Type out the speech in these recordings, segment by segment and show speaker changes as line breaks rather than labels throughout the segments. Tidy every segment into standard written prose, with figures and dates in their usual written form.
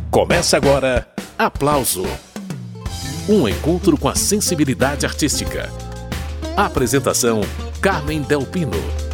Começa agora, Aplauso. Um encontro com a sensibilidade artística. Apresentação, Carmen Del Pino.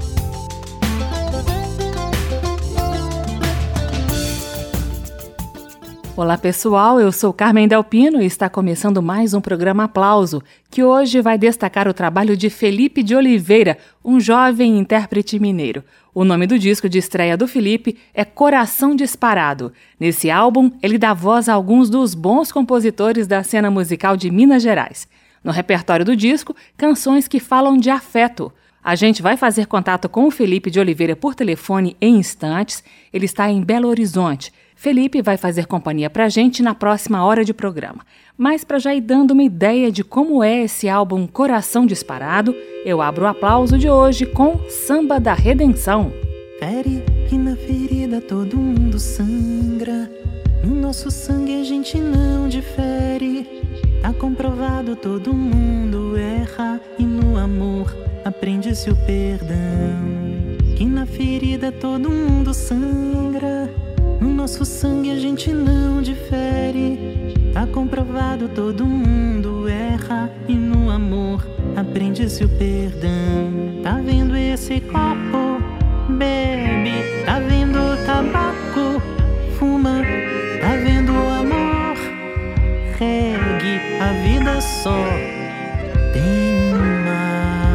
Olá pessoal, eu sou Carmen Del Pino e está começando mais um programa Aplauso, que hoje vai destacar o trabalho de Felipe de Oliveira, um jovem intérprete mineiro. O nome do disco de estreia do Felipe é Coração Disparado. Nesse álbum, ele dá voz a alguns dos bons compositores da cena musical de Minas Gerais. No repertório do disco, canções que falam de afeto. A gente vai fazer contato com o Felipe de Oliveira por telefone em instantes. Ele está em Belo Horizonte. Felipe vai fazer companhia pra gente na próxima hora de programa. Mas para já ir dando uma ideia de como é esse álbum Coração Disparado, eu abro o aplauso de hoje com Samba da Redenção.
Fere que na ferida todo mundo sangra. No nosso sangue a gente não difere. Tá comprovado, todo mundo erra. E no amor aprende-se o perdão. Que na ferida todo mundo sangra. No nosso sangue a gente não difere. Tá comprovado, todo mundo erra. E no amor aprende-se o perdão. Tá vendo esse copo? Bebe. Tá vendo o tabaco? Fuma. Tá vendo o amor? Regue. A vida só tem uma.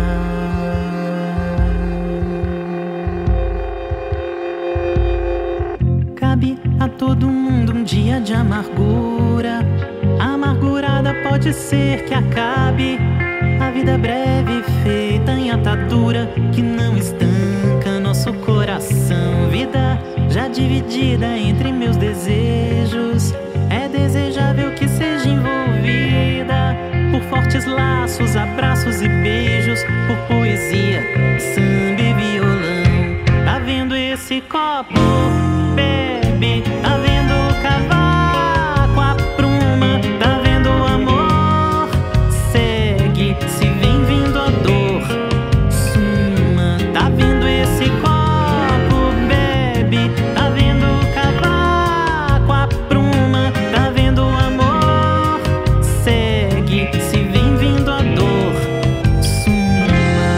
Cabe a todo mundo um dia de amargura. A amargurada pode ser que acabe. A vida breve feita em atadura que não estanca nosso coração. Vida já dividida entre meus desejos. É desejável que seja envolvida por fortes laços, abraços e beijos, por poesia, samba e violão. Tá vendo esse copo? Bebe. Tá vendo o cavaco, a pruma? Tá vendo o amor? Segue. Se vem vindo a dor, suma. Tá vendo esse copo? Bebe. Tá vendo o cavaco, a pruma? Tá vendo o amor? Segue. Se vem vindo a dor, suma.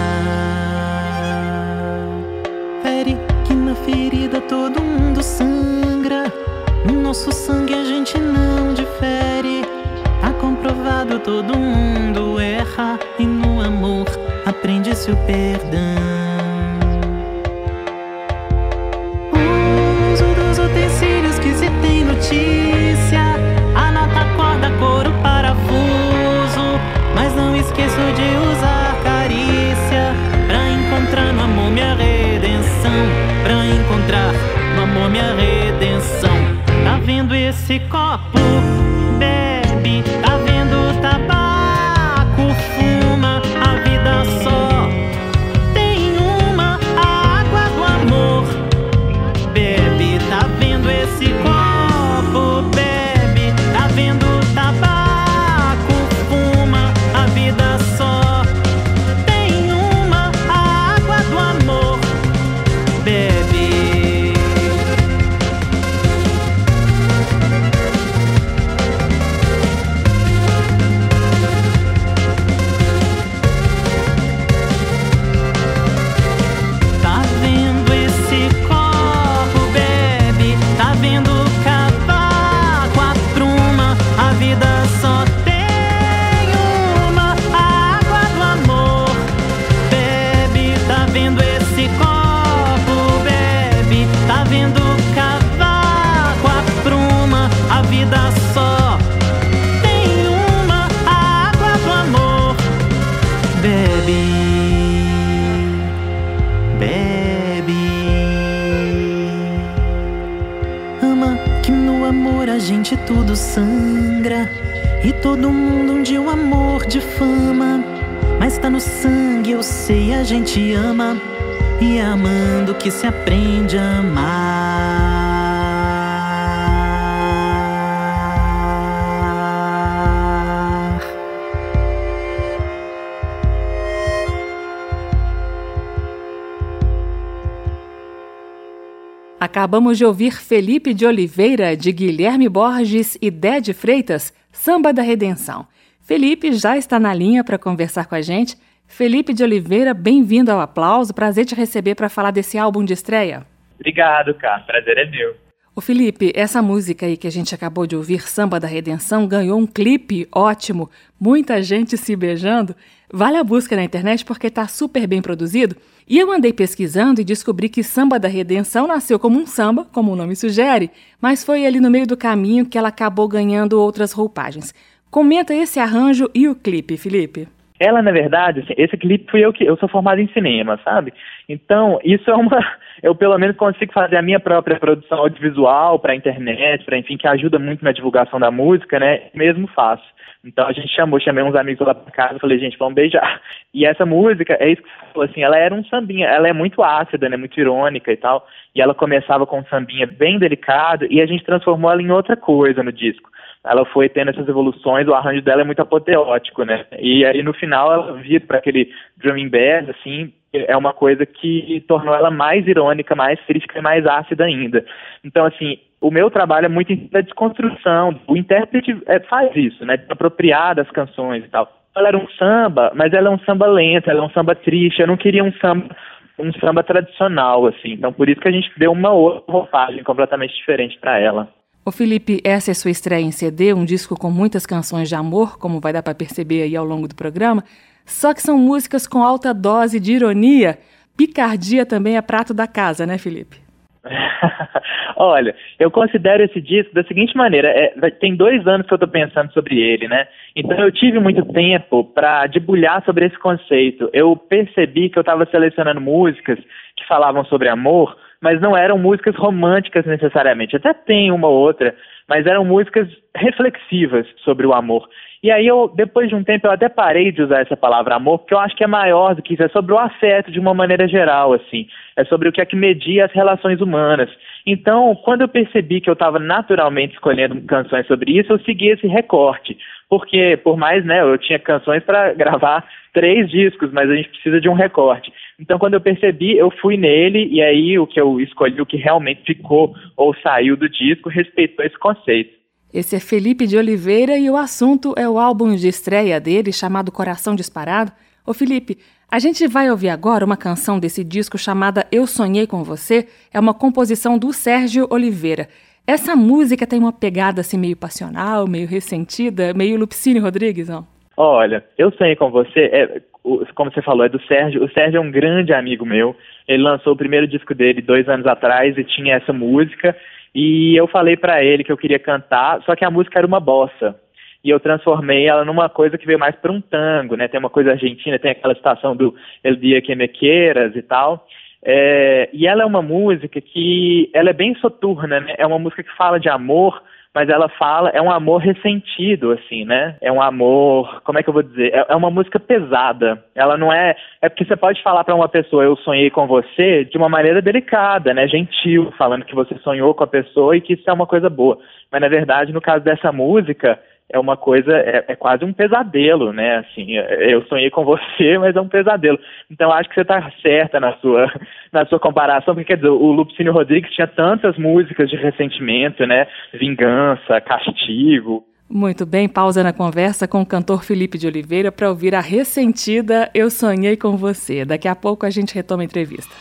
Fere que na ferida todo mundo sangra. No nosso sangue a gente não difere. Tá comprovado, todo mundo erra. E no amor aprende-se o perdão. O uso dos utensílios que se tem notícia. Anota a corda, couro, parafuso. Mas não esqueço de usar carícia. Pra encontrar no amor minha redenção. Pra encontrar no amor minha redenção. Tá vendo esse copo? Bebe. Tá vendo o tabaco? Fuma. A vida só tem uma, a água do amor. Bebe. Tá vendo esse copo? Bebe. Tá vendo o tabaco? Fuma. A vida só tem uma, a água do amor. Bebe. Tá vendo esse copo? Bebe. Tá vendo o cavaco, a pruma? A vida só tem uma, a água do amor. Bebe. Tá vendo esse copo? Bebe. Tá vendo o cavaco, a pruma? A vida só tem uma, a água do amor. Bebe. Bebe. Ama que no amor a gente tudo sangra. E todo mundo um dia um amor de fama. Mas tá no sangue, eu sei, a gente ama. E é amando que se aprende a amar.
A Acabamos de ouvir Felipe de Oliveira, de Guilherme Borges e Déde Freitas, Samba da Redenção. Felipe já está na linha para conversar com a gente. Felipe de Oliveira, bem-vindo ao Aplauso. Prazer te receber para falar desse álbum de estreia.
Obrigado, cara. Prazer é meu.
Ô Felipe, essa música aí que a gente acabou de ouvir, Samba da Redenção, ganhou um clipe ótimo, muita gente se beijando. Vale a busca na internet porque está super bem produzido. E eu andei pesquisando e descobri que Samba da Redenção nasceu como um samba, como o nome sugere, mas foi ali no meio do caminho que ela acabou ganhando outras roupagens. Comenta esse arranjo e o clipe, Felipe.
Ela, na verdade, assim, esse clipe fui eu sou formado em cinema, sabe? Então, isso é eu pelo menos consigo fazer a minha própria produção audiovisual para a internet, enfim, que ajuda muito na divulgação da música, né? Mesmo faço. Então a gente chamei uns amigos lá pra casa e falei, gente, vamos beijar. E essa música, é isso que você falou, assim, ela era um sambinha, ela é muito ácida, né? Muito irônica e tal. E ela começava com um sambinha bem delicado e a gente transformou ela em outra coisa no disco. Ela foi tendo essas evoluções, o arranjo dela é muito apoteótico, né? E aí no final ela vira para aquele drumming bass, assim, é uma coisa que tornou ela mais irônica, mais crítica e mais ácida ainda. Então, assim, o meu trabalho é muito da desconstrução, o intérprete faz isso, né? De apropriar das canções e tal. Ela era um samba, mas ela é um samba lento, ela é um samba triste, eu não queria um samba tradicional, assim. Então, por isso que a gente deu uma outra roupagem completamente diferente para ela.
Ô Felipe, essa é sua estreia em CD, um disco com muitas canções de amor, como vai dar para perceber aí ao longo do programa, só que são músicas com alta dose de ironia. Picardia também é prato da casa, né, Felipe?
Olha, eu considero esse disco da seguinte maneira, tem 2 anos que eu tô pensando sobre ele, né? Então eu tive muito tempo para debulhar sobre esse conceito. Eu percebi que eu estava selecionando músicas que falavam sobre amor, mas não eram músicas românticas necessariamente. Até tem uma ou outra, mas eram músicas reflexivas sobre o amor. E aí, depois de um tempo, eu até parei de usar essa palavra amor, porque eu acho que é maior do que isso, é sobre o afeto de uma maneira geral, assim. É sobre o que é que media as relações humanas. Então, quando eu percebi que eu estava naturalmente escolhendo canções sobre isso, eu segui esse recorte. Porque, por mais, né, eu tinha canções para gravar 3 discos, mas a gente precisa de um recorte. Então, quando eu percebi, eu fui nele, e aí o que eu escolhi, o que realmente ficou ou saiu do disco, respeitou esse conceito.
Esse é Felipe de Oliveira e o assunto é o álbum de estreia dele, chamado Coração Disparado. Ô Felipe, a gente vai ouvir agora uma canção desse disco chamada Eu Sonhei Com Você. É uma composição do Sérgio Oliveira. Essa música tem uma pegada assim meio passional, meio ressentida, meio Lupicínio Rodrigues, não?
Olha, Eu Sonhei Com Você, como você falou, é do Sérgio. O Sérgio é um grande amigo meu. Ele lançou o primeiro disco dele 2 anos atrás e tinha essa música. E eu falei pra ele que eu queria cantar, só que a música era uma bossa. E eu transformei ela numa coisa que veio mais para um tango, né? Tem uma coisa argentina, tem aquela citação do El Dia Que Me Quieras e tal. E ela é uma música que ela é bem soturna, né? É uma música que fala de amor, mas ela é um amor ressentido, assim, né? É um amor, como é que eu vou dizer? É uma música pesada. Ela não é porque você pode falar para uma pessoa, eu sonhei com você, de uma maneira delicada, né? Gentil, falando que você sonhou com a pessoa e que isso é uma coisa boa. Mas, na verdade, no caso dessa música, é uma coisa, é quase um pesadelo, né? Assim, eu sonhei com você, mas é um pesadelo. Então, acho que você está certa na sua comparação, porque, quer dizer, o Lupicínio Rodrigues tinha tantas músicas de ressentimento, né? Vingança, castigo.
Muito bem, pausa na conversa com o cantor Felipe de Oliveira para ouvir a ressentida Eu Sonhei Com Você. Daqui a pouco a gente retoma a entrevista.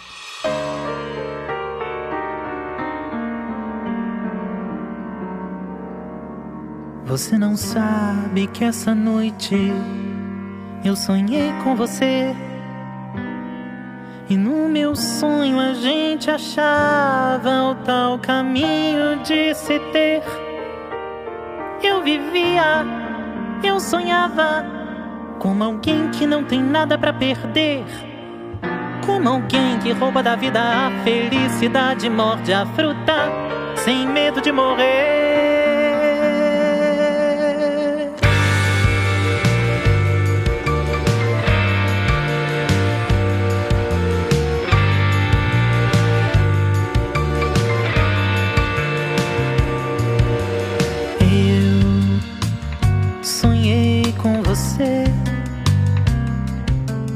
Você não sabe que essa noite eu sonhei com você. E no meu sonho a gente achava o tal caminho de se ter. Eu vivia, eu sonhava como alguém que não tem nada pra perder. Como alguém que rouba da vida a felicidade, morde a fruta sem medo de morrer.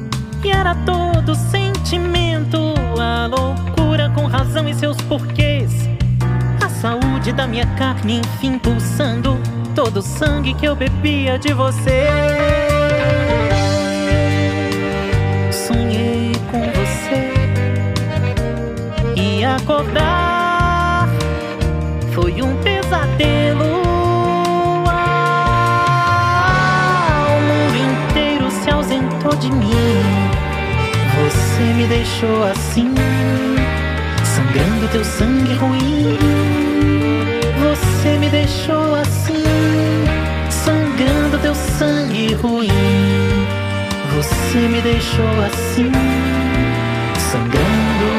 E era todo sentimento, a loucura com razão e seus porquês. da minha carne, enfim pulsando todo o sangue que eu bebia de você. Sonhei com você e acordar foi um pesadelo. O mundo inteiro se ausentou de mim. Você me deixou assim, sangrando teu sangue ruim. Você me deixou assim, sangrando teu sangue ruim. Você me deixou assim, sangrando.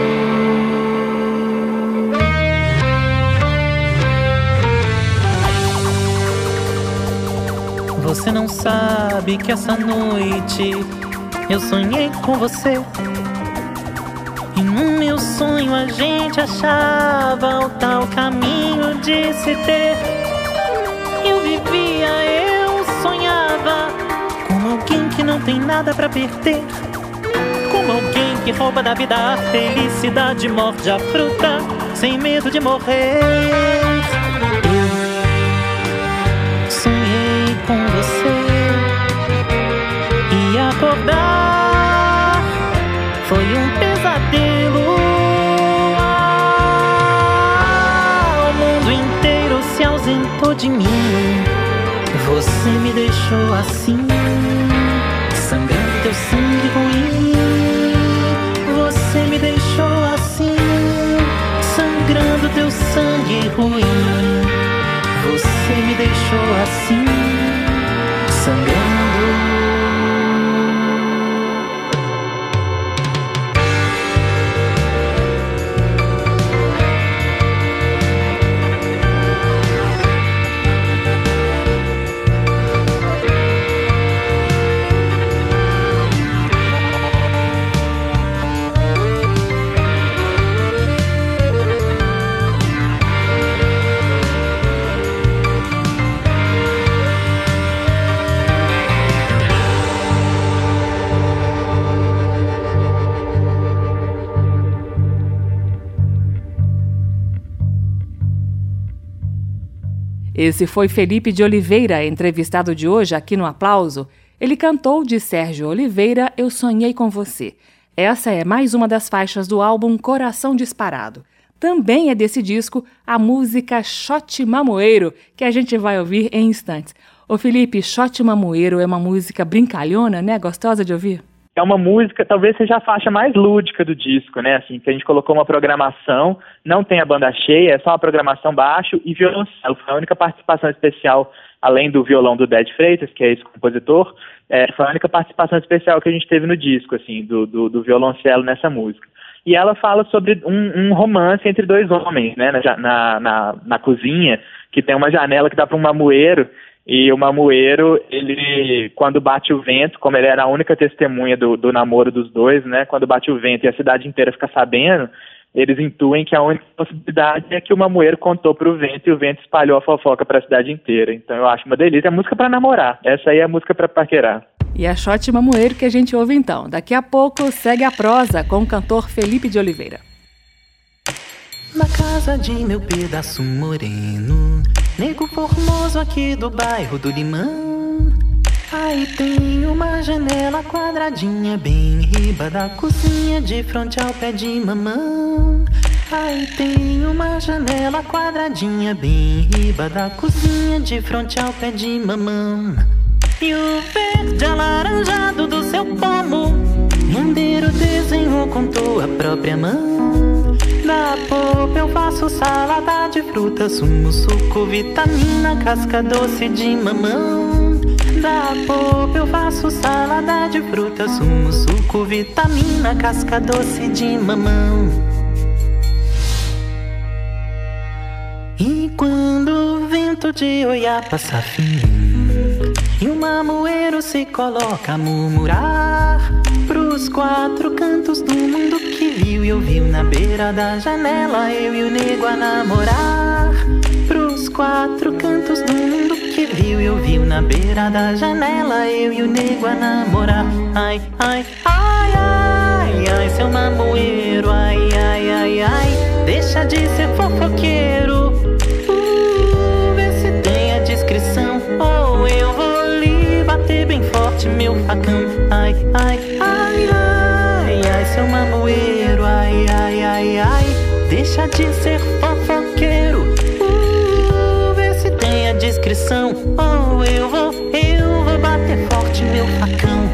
Você não sabe que essa noite eu sonhei com você. E no meu sonho a gente achava o tal caminho de se ter. Eu vivia, eu sonhava como alguém que não tem nada pra perder, como alguém que rouba da vida a felicidade, morde a fruta sem medo de morrer. Eu sonhei com você e acordar foi um pesadelo. O mundo inteiro se ausentou de mim. Você me deixou assim, sangrando teu sangue ruim. Você me deixou assim, sangrando teu sangue ruim. Você me deixou assim, sangrando.
Esse foi Felipe de Oliveira, entrevistado de hoje aqui no Aplauso. Ele cantou de Sérgio Oliveira, Eu Sonhei com Você. Essa é mais uma das faixas do álbum Coração Disparado. Também é desse disco a música Shot Mamoeiro, que a gente vai ouvir em instantes. Ô Felipe, Shot Mamoeiro é uma música brincalhona, né? Gostosa de ouvir?
É uma música, talvez seja a faixa mais lúdica do disco, né? Assim, que a gente colocou uma programação, não tem a banda cheia, é só uma programação baixo e violoncelo. Foi a única participação especial, além do violão do Ded Freitas, que é esse compositor, foi a única participação especial que a gente teve no disco, assim, do violoncelo nessa música. E ela fala sobre um romance entre dois homens, né? Na cozinha, que tem uma janela que dá para um mamoeiro. E o mamoeiro, ele, quando bate o vento, como ele era a única testemunha do namoro dos dois, né, quando bate o vento e a cidade inteira fica sabendo, eles intuem que a única possibilidade é que o mamoeiro contou pro vento e o vento espalhou a fofoca para a cidade inteira. Então eu acho uma delícia, é música para namorar, essa aí é a música para paquerar.
E a Shot Mamoeiro que a gente ouve então. Daqui a pouco segue a prosa com o cantor Felipe de Oliveira.
Na casa de meu pedaço moreno, nego formoso aqui do bairro do Limão. Aí tem uma janela quadradinha bem riba da cozinha, de frente ao pé de mamão. Aí tem uma janela quadradinha bem riba da cozinha, de frente ao pé de mamão. E o verde alaranjado do seu pomo, rendeiro desenhou com tua própria mão. Da polpa eu faço salada de frutas, sumo, suco, vitamina, casca doce de mamão. Da polpa eu faço salada de frutas, sumo, suco, vitamina, casca doce de mamão. E quando o vento de Oiá passa fininho e o mamoeiro se coloca a murmurar pros quatro cantos do mundo que viu e ouviu na beira da janela, eu e o nego a namorar. Pros quatro cantos do mundo que viu e ouviu na beira da janela, eu e o nego a namorar. Ai, ai, ai, ai, ai, seu mamoeiro, ai, ai, ai, ai, deixa de ser fofoqueiro. forte meu facão. Ai, ai, ai, ai, ai, seu mamoeiro. Ai, ai, ai, ai, deixa de ser fofoqueiro. Vê se tem a discrição. Ou eu vou bater forte meu facão.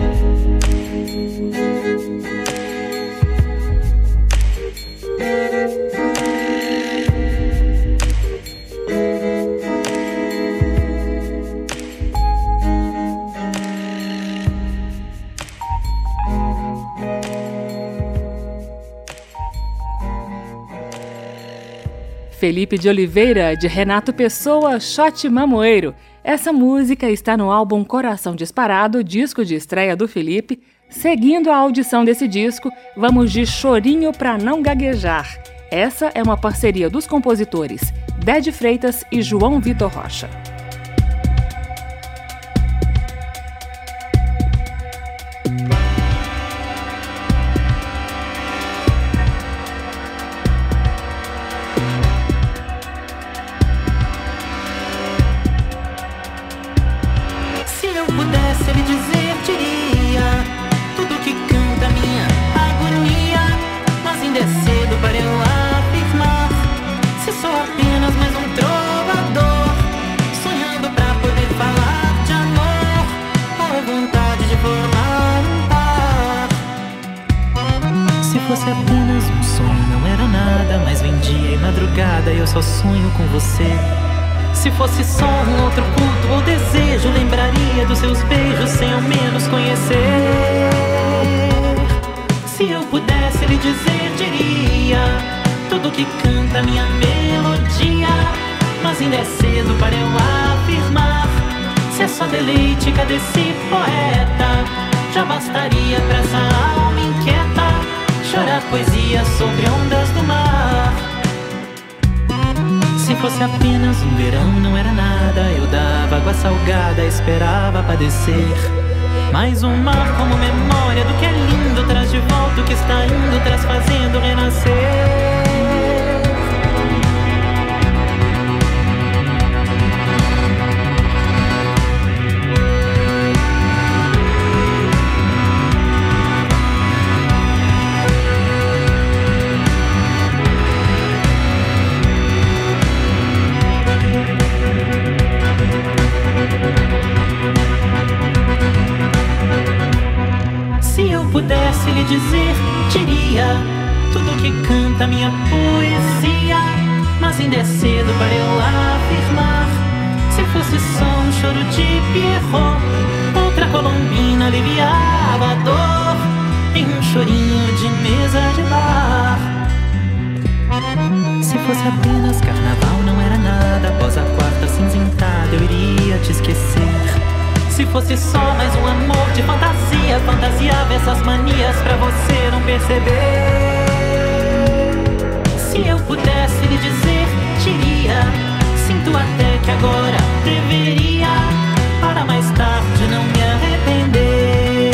Felipe de Oliveira, de Renato Pessoa, Shot Mamoeiro. Essa música está no álbum Coração Disparado, disco de estreia do Felipe. Seguindo a audição desse disco, vamos de Chorinho Pra Não Gaguejar. Essa é uma parceria dos compositores Dédio Freitas e João Vitor Rocha.
Eu só sonho com você. Se fosse só um outro culto ou desejo, lembraria dos seus beijos sem ao menos conhecer. Se eu pudesse lhe dizer, diria tudo que canta minha melodia. Mas ainda é cedo para eu afirmar se é só deleite, cadê esse poeta? Já bastaria pra essa alma inquieta chorar poesia sobre ondas do mar. Se fosse apenas um verão, não era nada. Eu dava água salgada, esperava padecer. Mais um mar como memória do que é lindo, traz de volta o que está indo, traz fazendo renascer. Pudesse lhe dizer, diria tudo que canta minha poesia. Mas ainda é cedo para eu afirmar se fosse só um choro de Pierrot. Outra colombina aliviava a dor em um chorinho de mesa de bar. Se fosse apenas carnaval, não era nada. Após a quarta cinzentada eu iria te esquecer. Se fosse só mais um amor de fantasia, fantasiava essas manias pra você não perceber. Se eu pudesse lhe dizer, diria sinto até que agora deveria, para mais tarde não me arrepender.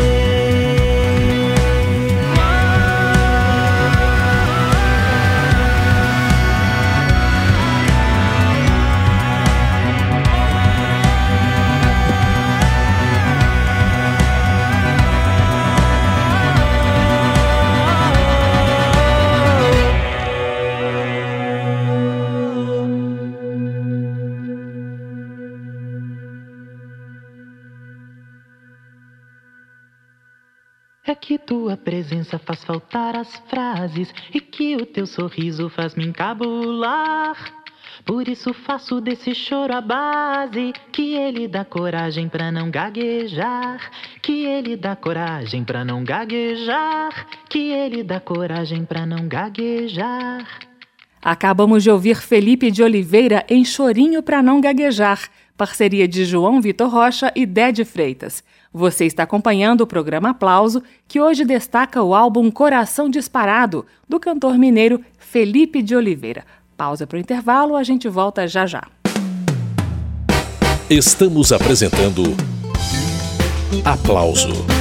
É que tua presença faz faltar as frases e que o teu sorriso faz me encabular. Por isso faço desse choro a base, que ele dá coragem pra não gaguejar, que ele dá coragem pra não gaguejar, que ele dá coragem pra não gaguejar.
Acabamos de ouvir Felipe de Oliveira em Chorinho Pra Não Gaguejar, parceria de João Vitor Rocha e Dédio Freitas. Você está acompanhando o programa Aplauso, que hoje destaca o álbum Coração Disparado, do cantor mineiro Felipe de Oliveira. Pausa para o intervalo, a gente volta já já.
Estamos apresentando Aplauso.